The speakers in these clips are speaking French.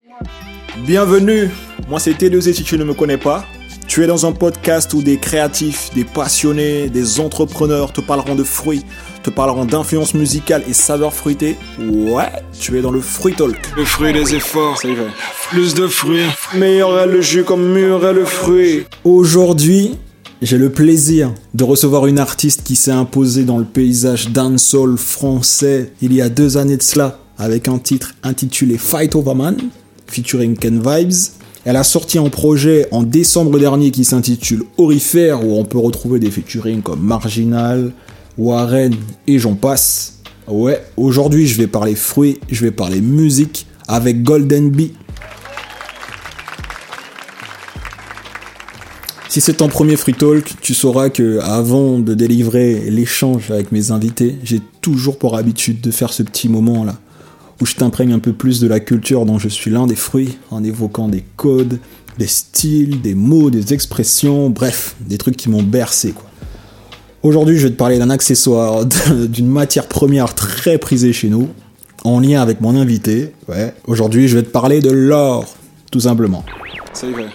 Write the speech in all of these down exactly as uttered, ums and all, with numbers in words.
Bienvenue, moi c'est T deux E si tu ne me connais pas. Tu es dans un podcast où des créatifs, des passionnés, des entrepreneurs te parleront de fruits, te parleront d'influence musicale et saveurs fruitées. Ouais, tu es dans le Fruit Talk. Le fruit des efforts, c'est vrai. Plus de fruits. Meilleur est le jus comme mûr est le fruit. Aujourd'hui, j'ai le plaisir de recevoir une artiste qui s'est imposée dans le paysage dancehall français il y a deux années de cela, avec un titre intitulé Fight Over Man, featuring Ken Vibes. Elle a sorti un projet en décembre dernier qui s'intitule Orifère, où on peut retrouver des featuring comme Marginal, Warren et j'en passe. Ouais, aujourd'hui je vais parler fruits, je vais parler musique avec Golden Bee. Si c'est ton premier Free Talk, tu sauras que avant de délivrer l'échange avec mes invités, j'ai toujours pour habitude de faire ce petit moment là, où je t'imprègne un peu plus de la culture dont je suis l'un des fruits, en évoquant des codes, des styles, des mots, des expressions, bref, des trucs qui m'ont bercé, quoi. Aujourd'hui, je vais te parler d'un accessoire, d'une matière première très prisée chez nous, en lien avec mon invité. Ouais. Aujourd'hui, je vais te parler de l'or, tout simplement. C'est vrai.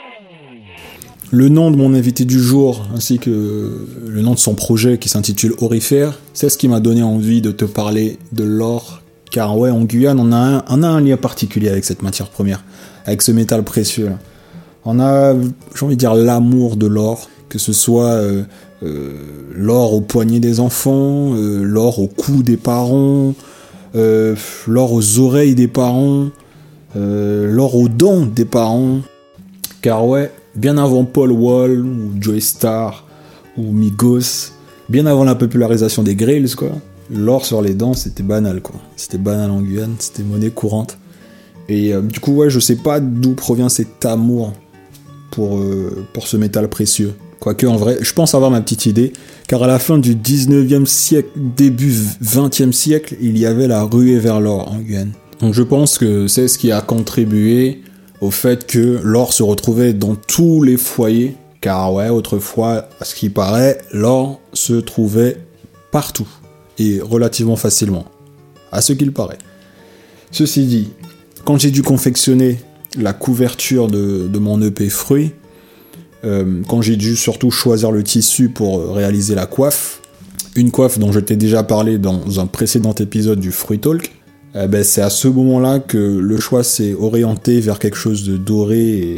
Le nom de mon invité du jour, ainsi que le nom de son projet qui s'intitule Orifère, c'est ce qui m'a donné envie de te parler de l'or. Car ouais, en Guyane, on a, un, on a un lien particulier avec cette matière première, avec ce métal précieux. Là. On a, j'ai envie de dire, l'amour de l'or, que ce soit euh, euh, l'or au poignet des enfants, euh, l'or au cou des parents, euh, l'or aux oreilles des parents, euh, l'or aux dents des parents. Car ouais, bien avant Paul Wall, ou Joey Starr, ou Migos, bien avant la popularisation des grills, quoi. L'or sur les dents, c'était banal, quoi. C'était banal en Guyane, c'était monnaie courante. Et euh, du coup, ouais, je sais pas d'où provient cet amour pour, euh, pour ce métal précieux. Quoique, en vrai, je pense avoir ma petite idée, car à la fin du dix-neuvième siècle, début vingtième siècle, il y avait la ruée vers l'or en Guyane. Donc je pense que c'est ce qui a contribué au fait que l'or se retrouvait dans tous les foyers, car ouais, autrefois, à ce qui paraît, l'or se trouvait partout. Et relativement facilement, à ce qu'il paraît. Ceci dit, quand j'ai dû confectionner la couverture de, de mon E P Fruits, euh, quand j'ai dû surtout choisir le tissu pour réaliser la coiffe, une coiffe dont je t'ai déjà parlé dans un précédent épisode du Fruit Talk, eh ben c'est à ce moment-là que le choix s'est orienté vers quelque chose de doré et,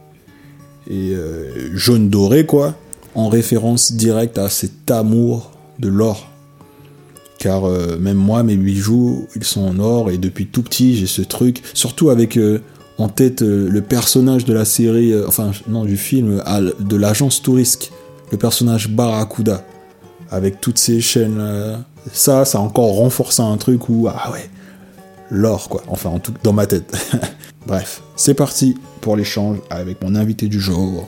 et euh, jaune doré, quoi, en référence directe à cet amour de l'or. Car euh, même moi, mes bijoux, ils sont en or, et depuis tout petit, j'ai ce truc, surtout avec euh, en tête euh, le personnage de la série, euh, enfin non, du film, à, de l'agence Tourisque, le personnage Barracuda, avec toutes ces chaînes, euh, ça, ça a encore renforcé un truc où, ah ouais, l'or, quoi, enfin en tout dans ma tête. Bref, c'est parti pour l'échange avec mon invité du jour.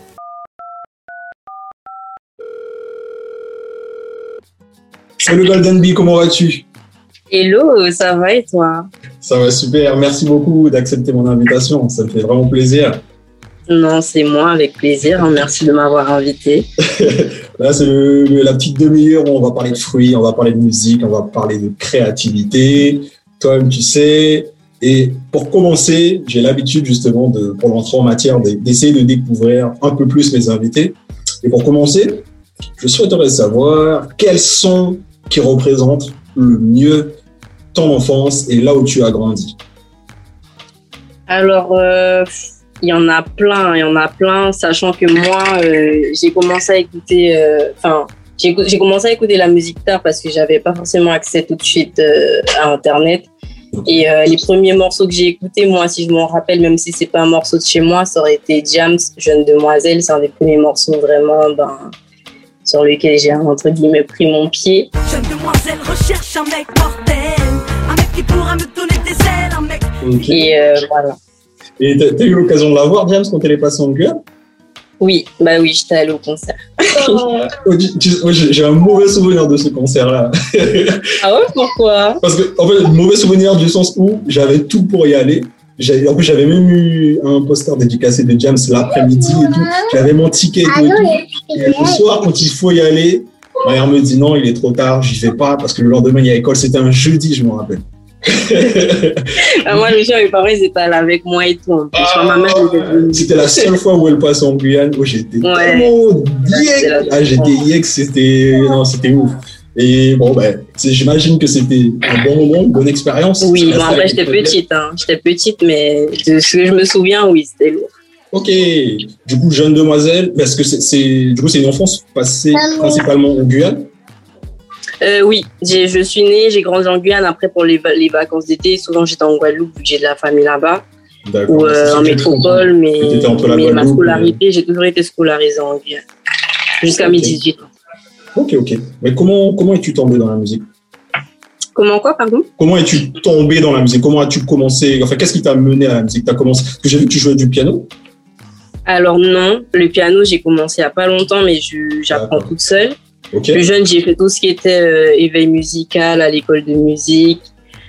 Salut Golden Bee, comment vas-tu? Hello, ça va et toi? Ça va super, merci beaucoup d'accepter mon invitation, ça me fait vraiment plaisir. Non, c'est moi, avec plaisir, merci de m'avoir invité. Là, c'est le, le, la petite demi-heure où on va parler de fruits, on va parler de musique, on va parler de créativité, toi-même tu sais. Et pour commencer, j'ai l'habitude justement, de, pour l'entrée en matière, d'essayer de découvrir un peu plus mes invités. Et pour commencer, je souhaiterais savoir quels sont qui représentent le mieux ton enfance et là où tu as grandi. Alors, euh, il y en a plein, il y en a plein, sachant que moi, euh, j'ai commencé à écouter, enfin, euh, j'ai, j'ai commencé à écouter la musique tard parce que j'avais pas forcément accès tout de suite euh, à Internet. Et euh, les premiers morceaux que j'ai écoutés, moi, si je m'en rappelle, même si c'est pas un morceau de chez moi, ça aurait été Jams, Jeune Demoiselle. C'est un des premiers morceaux vraiment, ben, sur lequel j'ai, entre guillemets, pris mon pied. Jeune demoiselle recherche un mec mortel, un mec qui pourra me donner des ailes, un mec... Okay. Et euh, voilà. Et t'as, t'as eu l'occasion de la voir, James, quand elle est passée en Guyane? Oui, bah oui, j'étais allée au concert. Oh, tu, tu, j'ai un mauvais souvenir de ce concert-là. Ah ouais, pourquoi? Parce que, en fait, mauvais souvenir du sens où j'avais tout pour y aller. J'avais, en plus, j'avais même eu un poster dédicacé de James l'après-midi et tout. J'avais mon ticket et tout. Et le soir, quand il faut y aller, ma mère me dit non, il est trop tard, j'y vais pas parce que le lendemain, il y a école. C'était un jeudi, je me rappelle. Ah, moi, le chien, mes parents, ils étaient allés avec moi et tout. En plus, Ah, ma mère, elle était venue. C'était la seule fois où elle passe en Guyane. Oh, j'étais Ouais. tellement C'était la yek. Ah, j'étais yek, c'était, non, c'était ouf. Et bon, ben, c'est- j'imagine que c'était un bon moment, une bonne expérience. Oui, Ça bon, reste après, avec j'étais les petite. Hein. J'étais petite, mais de ce que je me souviens, oui, c'était lourd. Ok. Du coup, jeune demoiselle, est-ce que c'est, c'est, du coup, c'est une enfance passée principalement en Guyane? Euh, oui, j'ai, je suis née, j'ai grandi en Guyane. Après, pour les, va- les vacances d'été, souvent j'étais en Guadeloupe, vu que j'ai de la famille là-bas, D'accord. ou C'est euh, ça en que j'ai cru métropole, comprendre. mais, Que t'étais entre la mais ma Guadeloupe, scolarité, j'ai toujours été scolarisée en Guyane, jusqu'à Ok. mes dix-huit ans. Ok, ok. Mais comment, comment es-tu tombé dans la musique? Comment quoi, pardon? Comment es-tu tombé dans la musique? Comment as-tu commencé? Enfin, qu'est-ce qui t'a mené à la musique? T'as commencé, parce que j'ai vu que tu jouais du piano. Alors non, le piano, j'ai commencé il n'y a pas longtemps, mais je, j'apprends D'accord. toute seule. Ok. Plus jeune, j'ai fait tout ce qui était euh, éveil musical à l'école de musique,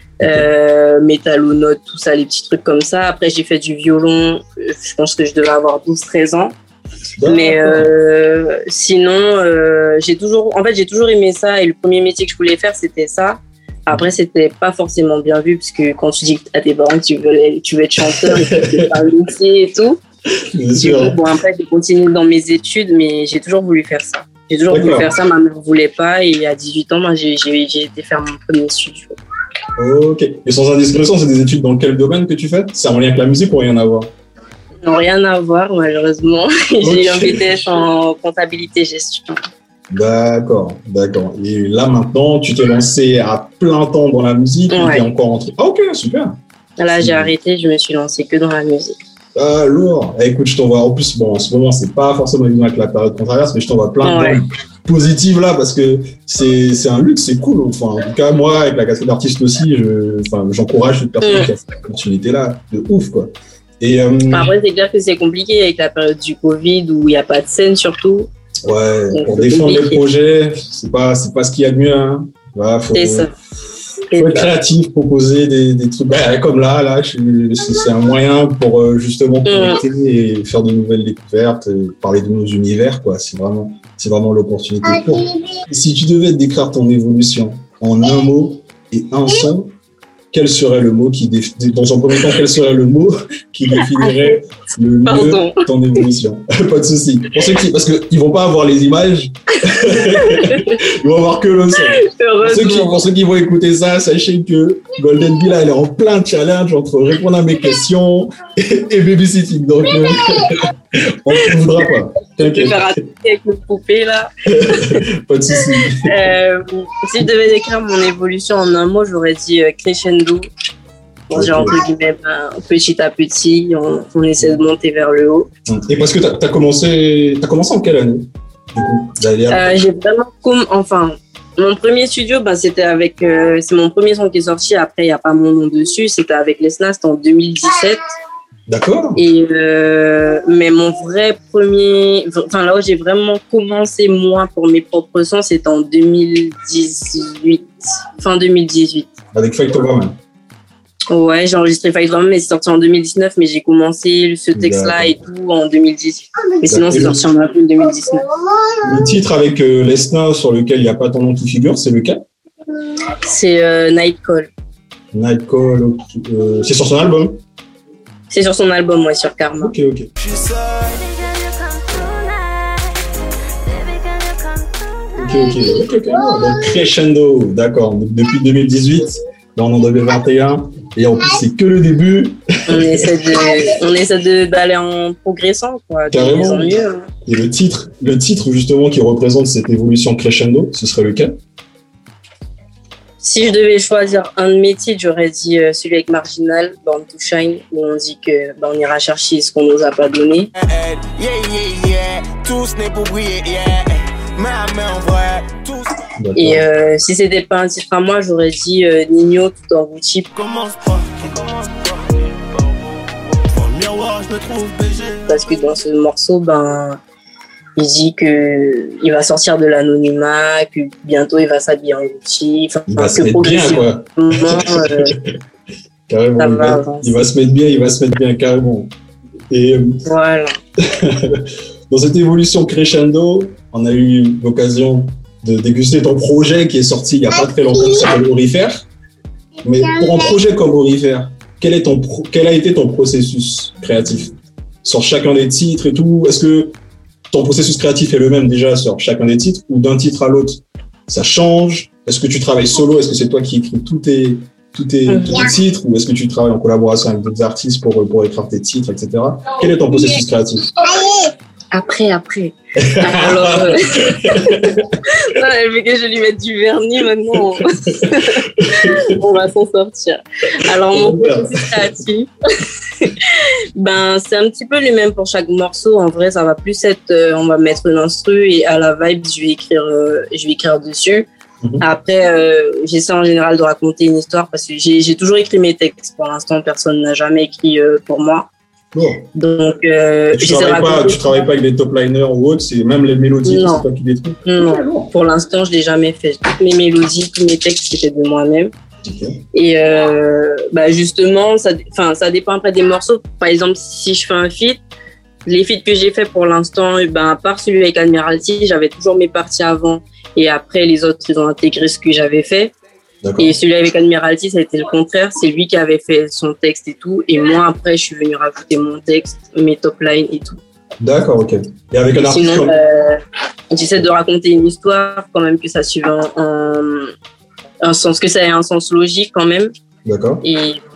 euh, métallonote, tout ça, les petits trucs comme ça. Après, j'ai fait du violon. euh, Je pense que je devais avoir douze treize ans. D'accord. Mais euh, sinon, euh, j'ai toujours, en fait, j'ai toujours aimé ça. Et le premier métier que je voulais faire, c'était ça. Après, c'était pas forcément bien vu, parce que quand tu dis à tes parents que tu veux, tu veux être chanteur et que tu veux faire un métier et tout. Bien Du sûr. coup, bon, après, j'ai continué dans mes études, mais j'ai toujours voulu faire ça. J'ai toujours voulu D'accord. faire ça, ma mère ne voulait pas. Et à dix-huit ans, moi, j'ai, j'ai, j'ai été faire mon premier studio. Ok. Et sans indiscrétion, c'est des études dans quel domaine que tu fais? C'est en lien avec la musique ou rien à voir? Non, rien à voir, malheureusement. Ok. J'ai eu un B T S en comptabilité gestion. D'accord, d'accord. Et là, maintenant, tu t'es lancé à plein temps dans la musique. Ouais. Tu es encore entré. Ah, ok, super. Là, j'ai Mhm. arrêté, je me suis lancée que dans la musique. Ah, lourd. Eh, écoute, je t'envoie. En plus, bon, en ce moment, c'est pas forcément évident avec la période qu'on traverse, mais je t'envoie plein de Ouais. choses positives là parce que c'est, c'est un luxe, c'est cool. Enfin, en tout cas, moi, avec la casquette d'artiste aussi, je, enfin, j'encourage toute personne Mhm. qui a cette opportunité là. De ouf, quoi. Et, euh, Après, c'est clair que c'est compliqué avec la période du Covid où il n'y a pas de scène, surtout. ouais, Donc, pour c'est défendre les compliqué. projets, c'est pas, c'est pas ce qu'il y a de mieux, hein. Voilà, faut, C'est ça. faut être créatif, proposer des, des trucs bah, comme là, là, je suis- c'est c'est un moyen pour euh, justement connecter et faire de nouvelles découvertes, et parler de nos univers, quoi. C'est vraiment, c'est vraiment l'opportunité. Pour. Si tu devais décrire ton évolution en un mot et un son, quel serait le mot qui, déf... dans un premier temps, quel serait le mot qui définirait le mieux Pardon. ton évolution? Pas de souci. Pour ceux qui, parce que ils vont pas avoir les images, ils vont avoir que le son. Pour ceux, qui, Heureusement. pour ceux qui vont écouter ça, sachez que Golden Bee, là, elle est en plein challenge entre répondre à mes questions et, et babysitting. Donc, euh, on ne voudra pas. Je vais T'inquiète, faire un truc avec une poupée, là. pas de souci. Euh, si je devais décrire mon évolution en un mot, j'aurais dit euh, crescendo. Bon, Ok. genre, entre guillemets, ben, petit à petit, on, on essaie de monter vers le haut. Et parce que tu as commencé, t'as commencé en quelle année? Du coup, d'ailleurs, Euh, j'ai vraiment comme, enfin, mon premier studio, ben, c'était avec, euh, c'est mon premier son qui est sorti. Après, il n'y a pas mon nom dessus. C'était avec les Snas, c'était en deux mille dix-sept. d'accord. Et euh, mais mon vrai premier, enfin là où j'ai vraiment commencé moi pour mes propres sons, c'était en deux mille dix-huit, fin deux mille dix-huit. Avec Fight Over Man. Ouais, j'ai enregistré Fight Drum, mais c'est sorti en deux mille dix-neuf, mais j'ai commencé ce texte-là et tout en deux mille dix-huit. Mais sinon, c'est sorti en avril deux mille dix-neuf. Le titre avec euh, Lesna sur lequel il n'y a pas ton nom qui figure, c'est lequel? C'est euh, Night Call. Night Call, ok. Euh, c'est sur son album? C'est sur son album, ouais, sur Karma. Ok, ok. Ok, ok, ok, ok. Donc Crescendo, d'accord. Donc, depuis deux mille dix-huit, là on est en deux mille vingt et un, et en plus c'est que le début. On essaie de, on essaie de, d'aller en progressant, quoi. De Carrément. mieux en mieux. hein. Et le titre, le titre justement qui représente cette évolution crescendo, ce serait lequel? Si je devais choisir un de mes titres, j'aurais dit euh, celui avec Marginal, Born to Shine, où on dit que bah, on ira chercher ce qu'on nous a pas donné. Yeah, yeah, yeah, tous n'est pour briller, yeah. Mais en vrai, tous. D'accord. Et euh, si c'était pas un titre à moi, j'aurais dit euh, Nino tout en Gucci, Commence pas, commence pas. Devant le miroir, je me trouve B G. parce que dans ce morceau, ben, il dit que il va sortir de l'anonymat, que bientôt il va s'habiller en Gucci, enfin, Il va se que mettre bien, progressivement, quoi. euh, Carrément. ça Il va va, avancer. il va se mettre bien, il va se mettre bien, carrément. Et euh, voilà. dans cette évolution crescendo, on a eu l'occasion de déguster ton projet qui est sorti il n'y a pas très longtemps, qui s'appelle Orifère. Mais pour un projet comme Aurifère, quel est ton pro- quel a été ton processus créatif sur chacun des titres et tout? Est-ce que ton processus créatif est le même déjà sur chacun des titres ou d'un titre à l'autre ça change? Est-ce que tu travailles solo? Est-ce que c'est toi qui écris tous tes tous tes, mm-hmm. tous tes titres ou est-ce que tu travailles en collaboration avec d'autres artistes pour pour écrire tes titres, et cetera. Quel est ton processus créatif? Après, après. Alors, euh... non, elle veut que je lui mette du vernis maintenant. On va s'en sortir. Alors, mon processus créatif, ben, c'est un petit peu le même pour chaque morceau. En vrai, ça va plus être, euh, on va mettre une instru et à la vibe, je vais écrire, euh, je vais écrire dessus. Mm-hmm. Après, euh, j'essaie en général de raconter une histoire parce que j'ai, j'ai toujours écrit mes textes. Pour l'instant, personne n'a jamais écrit euh, pour moi. Bon. Donc, euh, tu travailles pas, tu travailles pas avec des top liners ou autres, c'est même les mélodies, non. c'est toi qui les trouves. Non, pour l'instant, je l'ai jamais fait. Toutes mes mélodies, tous mes textes, c'était de moi-même. Okay. Et euh, bah justement, ça, enfin, ça dépend après des morceaux. Par exemple, si je fais un feat, les feats que j'ai fait pour l'instant, ben à part celui avec Admiralty, j'avais toujours mes parties avant, et après les autres, ils ont intégré ce que j'avais fait. D'accord. Et celui avec Admiralty, ça a été le contraire. C'est lui qui avait fait son texte et tout. Et moi, après, je suis venue rajouter mon texte, mes top lines et tout. D'accord, ok. Et avec un artiste Sinon, euh, j'essaie de raconter une histoire, quand même que ça suive un, un, un sens, que ça ait un sens logique quand même. D'accord. Et...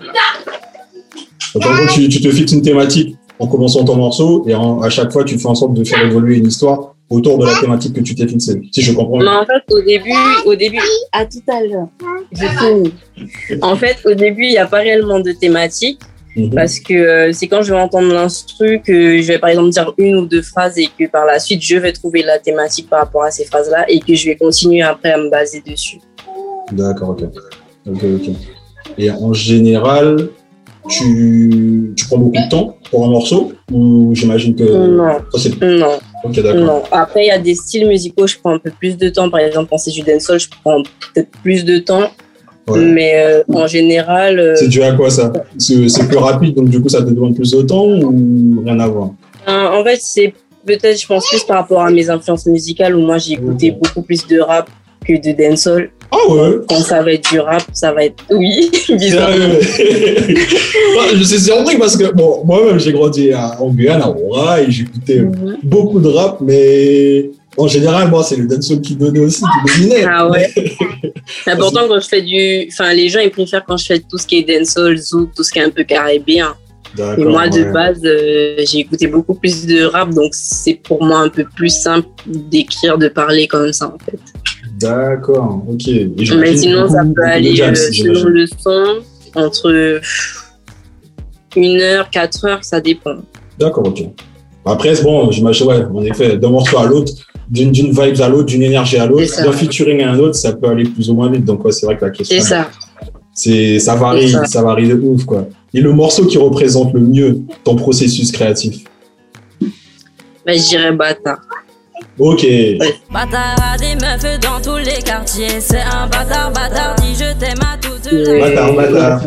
Donc, en gros, tu, tu te fixes une thématique en commençant ton morceau et en, à chaque fois, tu fais en sorte de faire évoluer une histoire autour de la thématique que tu t'es fixée, si je comprends bien. Mais en fait, au début, au début, à tout à l'heure, j'ai fini. En fait, au début, il n'y a pas réellement de thématique, mm-hmm. parce que euh, c'est quand je vais entendre l'instru que je vais par exemple dire une ou deux phrases et que par la suite, je vais trouver la thématique par rapport à ces phrases-là et que je vais continuer après à me baser dessus. D'accord, ok. Ok, ok. Et en général, tu, tu prends beaucoup de temps pour un morceau ou j'imagine que... Non, ça, c'est... non. Okay, d'accord. Non. Après, il y a des styles musicaux, je prends un peu plus de temps. Par exemple, quand c'est du dancehall, je prends peut-être plus de temps. Ouais. Mais euh, en général... Euh... C'est dû à quoi, ça? c'est, c'est plus rapide, donc du coup, ça te demande plus de temps ou rien à voir? euh, En fait, c'est peut-être, je pense, plus par rapport à mes influences musicales où moi, j'ai écouté ouais. beaucoup plus de rap que de dancehall. Ah ouais? Quand ça va être du rap, ça va être... Oui, bizarrement. Je suis surpris parce que, bon, moi-même, j'ai grandi à, en Guyane, à Aura, et j'écoutais mm-hmm. beaucoup de rap, mais en général, moi, c'est le dancehall qui donnait aussi, qui dominait. Ah ouais? Pourtant, quand je fais du... Enfin, les gens, ils préfèrent quand je fais tout ce qui est dancehall, zouk, tout ce qui est un peu caribéen. D'accord, et moi, ouais. de base, euh, j'ai écouté beaucoup plus de rap, donc c'est pour moi un peu plus simple d'écrire, de parler comme ça, en fait. D'accord, ok. Et mais sinon, ça peut aller euh, selon le son, entre une heure, quatre heures, ça dépend. D'accord, ok. Après, bon, j'imagine, ouais, en effet, d'un morceau à l'autre, d'une, d'une vibe à l'autre, d'une énergie à l'autre, d'un featuring à un autre, ça peut aller plus ou moins vite. Donc, ouais, c'est vrai que la question. C'est ça. C'est, ça varie, ça. ça varie de ouf, quoi. Et le morceau qui représente le mieux ton processus créatif? Ben, je dirais Bâtard. Ok. Ouais. Bâtard a des meufs dans tous les quartiers. C'est un bâtard, bâtard, dit je t'aime à toutes les... Bâtard, bâtard.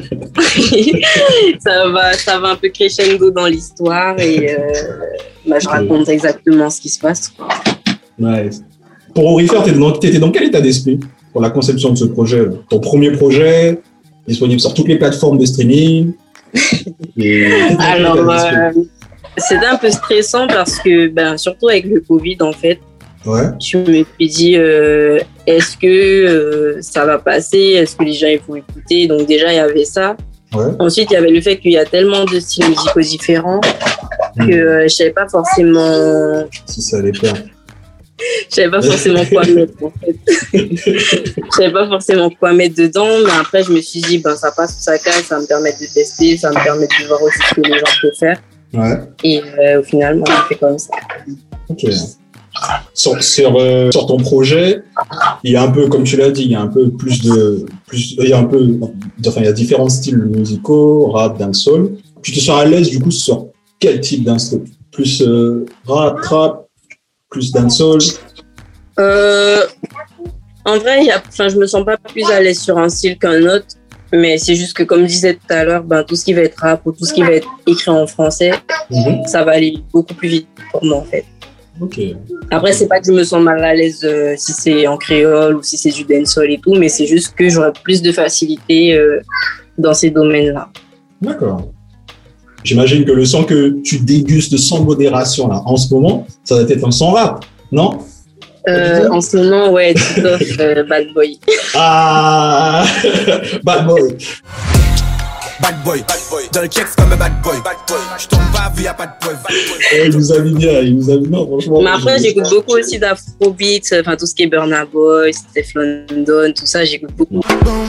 ça va, ça va un peu crescendo dans l'histoire et euh, bah, je raconte exactement ce qui se passe, quoi. Nice. Pour Aurifère, t'étais dans, t'étais dans quel état d'esprit pour la conception de ce projet? Ton premier projet, disponible sur toutes les plateformes de streaming. Et alors, euh, c'était un peu stressant parce que, ben, surtout avec le Covid, en fait, ouais. je me suis dit, euh, est-ce que euh, ça va passer? Est-ce que les gens ils vont écouter? Donc déjà, il y avait ça. Ouais. Ensuite, il y avait le fait qu'il y a tellement de styles musicaux différents mmh. que euh, je savais pas forcément... Si ça allait faire. Je savais pas forcément quoi mettre, en fait. Je savais pas forcément quoi mettre dedans, mais après, je me suis dit, ben, ça passe ou ça casse, ça me permet de tester, ça me permet de voir aussi ce que les gens peuvent faire. Ouais. Et euh, au final, moi, j'ai fait comme ça. Ok. Sur, sur, euh, sur ton projet, il y a un peu, comme tu l'as dit, il y a un peu plus de, plus, il y a un peu, enfin, il y a différents styles musicaux, rap, dancehall. Tu te sens à l'aise, du coup, sur quel type d'instrument? Plus euh, rap, trap, plus dancehall? Euh, en vrai, y a, enfin, je me sens pas plus à l'aise sur un style qu'un autre, mais c'est juste que, comme je disais tout à l'heure, ben, tout ce qui va être rap ou tout ce qui va être écrit en français, mm-hmm. ça va aller beaucoup plus vite pour moi, en fait. Ok. Après, c'est pas que je me sens mal à l'aise euh, si c'est en créole ou si c'est du dancehall et tout, mais c'est juste que j'aurais plus de facilité euh, dans ces domaines-là. D'accord. J'imagine que le son que tu dégustes sans modération là, en ce moment, ça va être un son rap, non? Euh, en ce moment, ouais, Titoff, euh, Bad Boy. Ah, Bad Boy. Bad boy, bad boy. Dans le check comme un bad boy, bad boy. Je tombe pas vu, y'a pas de boy, bad boy. Eh, il nous a mis bien, il nous a mis bien, franchement. Mais après, j'écoute beaucoup aussi d'afrobeat, enfin tout ce qui est Burna Boy, Steph London, tout ça, j'écoute beaucoup.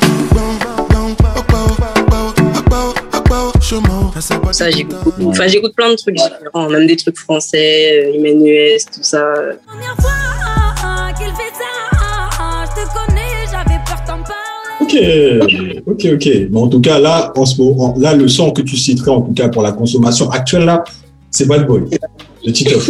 Ça, j'écoute beaucoup. Enfin, j'écoute plein de trucs différents, même des trucs français, euh, Emmanuel, tout ça. Première fois qu'il fait ça, je te connais, j'avais peur d'en parler. Ok, ok, ok. Mais en tout cas, là, en ce moment, là, le son que tu citerais, en tout cas pour la consommation actuelle, là, c'est Bad Boy, de Titoff.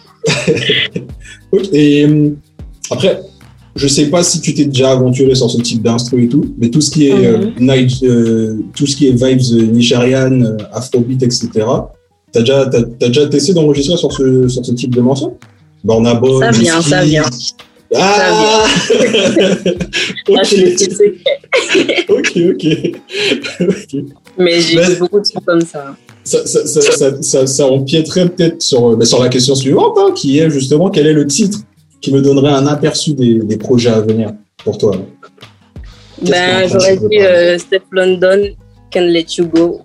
Okay. Et euh, après, je sais pas si tu t'es déjà aventuré sur ce type d'instru et tout, mais tout ce qui est mm-hmm. euh, night, euh, tout ce qui est vibes nigérianes, euh, afrobeat, et cetera. T'as déjà, t'as, t'as déjà testé d'enregistrer sur ce, sur ce type de morceau? Burna Boy, ça vient, Whiskey. ça vient. Ah, okay. Ah, je ok, ok. okay. Mais j'ai mais beaucoup de trucs comme ça. Ça, ça, ça, ça, ça, ça empiéterait peut-être sur, sur la question suivante, hein, qui est justement quel est le titre qui me donnerait un aperçu des, des projets à venir pour toi? Ben, j'aurais dit euh, Steph London, Can't Let You Go.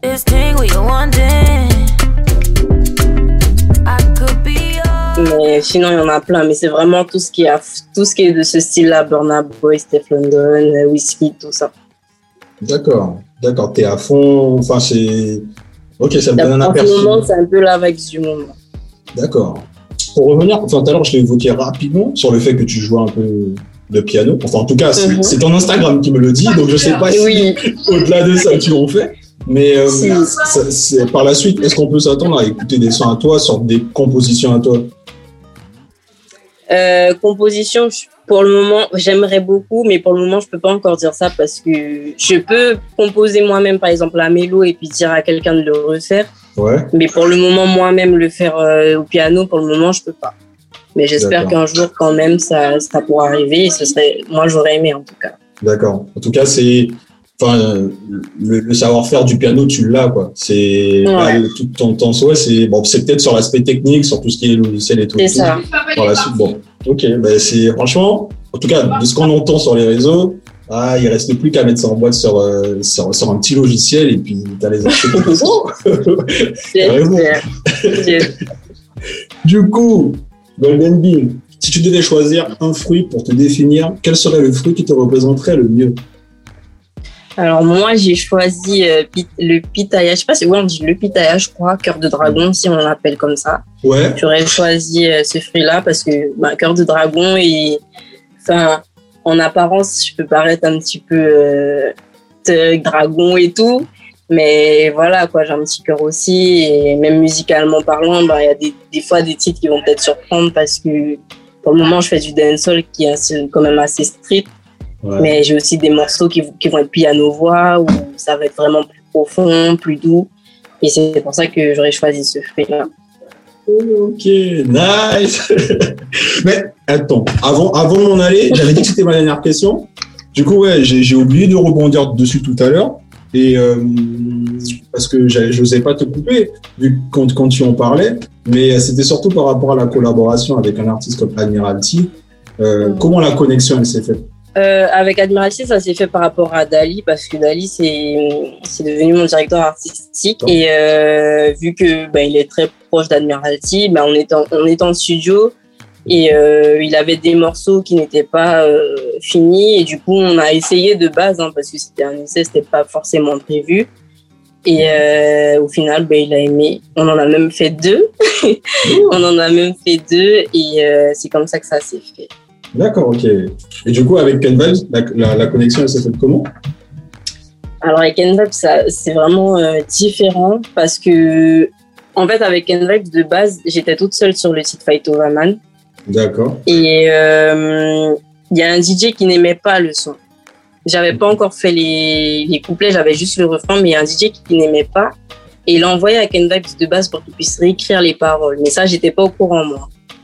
Mais sinon, il y en a plein. Mais c'est vraiment tout ce qui est, tout ce qui est de ce style-là. Burna Boy, Steph London, Whiskey, tout ça. D'accord. D'accord. T'es à fond. Enfin, c'est... Ok, ça me donne un aperçu. En ce moment, c'est un peu la vague du moment. D'accord. Pour revenir, enfin, tout à l'heure, je l'ai évoqué rapidement sur le fait que tu jouais un peu de piano. Enfin, en tout cas, c'est, mm-hmm. c'est ton Instagram qui me le dit. Donc, je sais pas si, oui. au-delà de ça, tu en fais. Mais euh, si. ça, c'est, par la suite, est-ce qu'on peut s'attendre à écouter des sons à toi, sur des compositions à toi? Euh, composition, pour le moment, j'aimerais beaucoup, mais pour le moment, je peux pas encore dire ça parce que je peux composer moi-même, par exemple, la mélo et puis dire à quelqu'un de le refaire. Ouais. Mais pour le moment, moi-même, le faire euh, au piano, pour le moment, je peux pas. Mais j'espère D'accord. qu'un jour, quand même, ça, ça pourra arriver et ce serait, moi, j'aurais aimé, en tout cas. D'accord. En tout cas, c'est, enfin, le, le savoir-faire du piano, tu l'as, quoi. C'est, ouais. bah, tout ton temps, ouais, c'est, bon, c'est peut-être sur l'aspect technique, sur tout ce qui est logiciel et tout. C'est tout. ça. Par la suite, bon. Ok, bah, c'est, franchement, en tout cas, de ce qu'on entend sur les réseaux, ah, il reste plus qu'à mettre ça en boîte sur, euh, sur, sur un petit logiciel et puis t'as les archives. Du coup, Golden Bean, si tu devais choisir un fruit pour te définir, quel serait le fruit qui te représenterait le mieux? Alors moi, j'ai choisi euh, le pitaya. Je sais pas si ouais, on dit le pitaya, je crois, cœur de dragon, si on l'appelle comme ça. Ouais. J'aurais choisi euh, ce fruit-là parce que bah, cœur de dragon et enfin. En apparence, je peux paraître un petit peu euh, dragon et tout, mais voilà, quoi, j'ai un petit cœur aussi, et même musicalement parlant, bah, y a des, des fois des titres qui vont peut-être surprendre parce que pour le moment, je fais du dancehall qui est quand même assez street, ouais. Mais j'ai aussi des morceaux qui, qui vont être piano-voix, où ça va être vraiment plus profond, plus doux, et c'est pour ça que j'aurais choisi ce fruit-là. Ok, nice. Mais attends, avant, avant de m'en aller, j'avais dit que c'était ma dernière question. Du coup, ouais, j'ai, j'ai oublié de rebondir dessus tout à l'heure. Et euh, parce que je n'osais pas te couper, vu quand, quand tu en parlais. Mais c'était surtout par rapport à la collaboration avec un artiste comme Admiralty. Euh, comment la connexion, elle s'est faite? Euh, avec Admiralty, ça s'est fait par rapport à Dali, parce que Dali, c'est, c'est devenu mon directeur artistique. Oh. Et euh, vu que bah, il est très proche d'Admiralty, bah, on, était en, on était en studio et euh, il avait des morceaux qui n'étaient pas euh, finis. Et du coup, on a essayé de base, hein, parce que c'était un essai, c'était pas forcément prévu. Et euh, au final, bah, il a aimé. On en a même fait deux. on en a même fait deux et euh, c'est comme ça que ça s'est fait. D'accord, ok. Et du coup, avec Kenvibes, la, la, la connexion, elle s'est faite comment? Alors, avec Kenvibes, ça, c'est vraiment euh, différent parce que, en fait, avec Kenvibes, de base, j'étais toute seule sur le site Fight Over Man. D'accord. Et il euh, y a un D J qui n'aimait pas le son. J'avais pas encore fait les, les couplets, j'avais juste le refrain, mais il y a un D J qui n'aimait pas. Et il a envoyé à Kenvibes de base pour qu'il puisse réécrire les paroles. Mais ça, j'étais pas au courant, moi.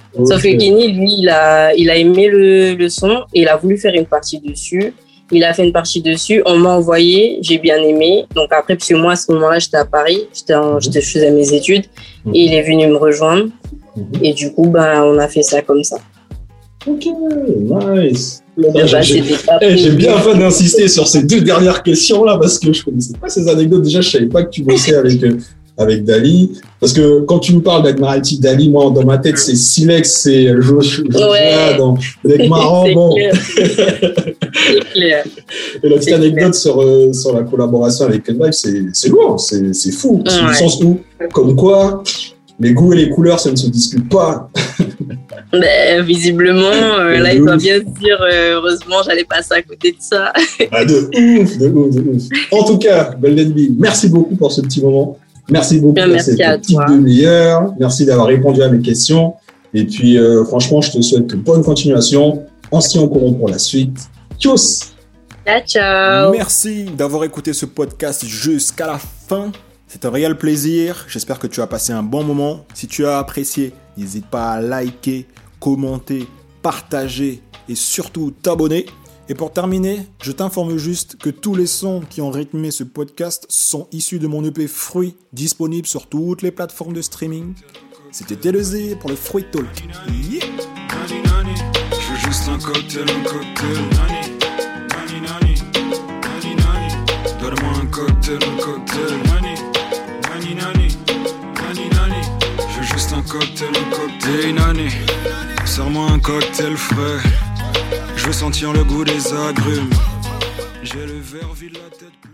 Okay. Sauf que Kenny, lui, il a, il a aimé le, le son et il a voulu faire une partie dessus. Il a fait une partie dessus, on m'a envoyé, j'ai bien aimé. Donc après, parce que moi, à ce moment-là, j'étais à Paris, j'étais en, j'étais, je faisais mes études mm-hmm. et il est venu me rejoindre. Mm-hmm. Et du coup, ben, on a fait ça comme ça. Ok, nice. Donc, bah, j'ai, hey, j'ai bien fait d'insister sur ces deux dernières questions-là parce que je connaissais pas ces anecdotes. Déjà, je savais pas que tu bossais avec, avec Dali. Parce que quand tu me parles d'Admiralty Dali, moi, dans ma tête, c'est Silex, c'est Joshua ouais. dans avec Marant. Bon. Clair. C'est clair. Et la petite anecdote sur, euh, sur la collaboration avec Cut Vibes, c'est, c'est lourd, c'est, c'est fou. C'est ouais. Du sens où, comme quoi, les goûts et les couleurs, ça ne se discute pas. Ben, visiblement, euh, là, il doit bien se dire, euh, heureusement, j'allais passer à côté de ça. Ah, de ouf, de ouf, de ouf. En tout cas, Beldenby, merci beaucoup pour ce petit moment. Merci beaucoup bien, pour merci cette petite demi-heure. Merci d'avoir répondu à mes questions. Et puis, euh, franchement, je te souhaite bonne continuation. On se tient au courant pour la suite. Tchuss! Ciao, ciao! Merci d'avoir écouté ce podcast jusqu'à la fin. C'est un réel plaisir. J'espère que tu as passé un bon moment. Si tu as apprécié, n'hésite pas à liker, commenter, partager et surtout t'abonner. Et pour terminer, je t'informe juste que tous les sons qui ont rythmé ce podcast sont issus de mon E P Fruit, disponible sur toutes les plateformes de streaming. C'était T deux Z pour le Fruit Talk. Yeah. Je veux juste un cocktail, un cocktail. Nani, nani, nani, nani, nani. Donne-moi un cocktail, un cocktail. Nani, nani, nani, nani, nani. Je veux juste un cocktail, un cocktail. Nani, sers-moi un cocktail frais. Je veux sentir le goût des agrumes. J'ai le verre vide la tête.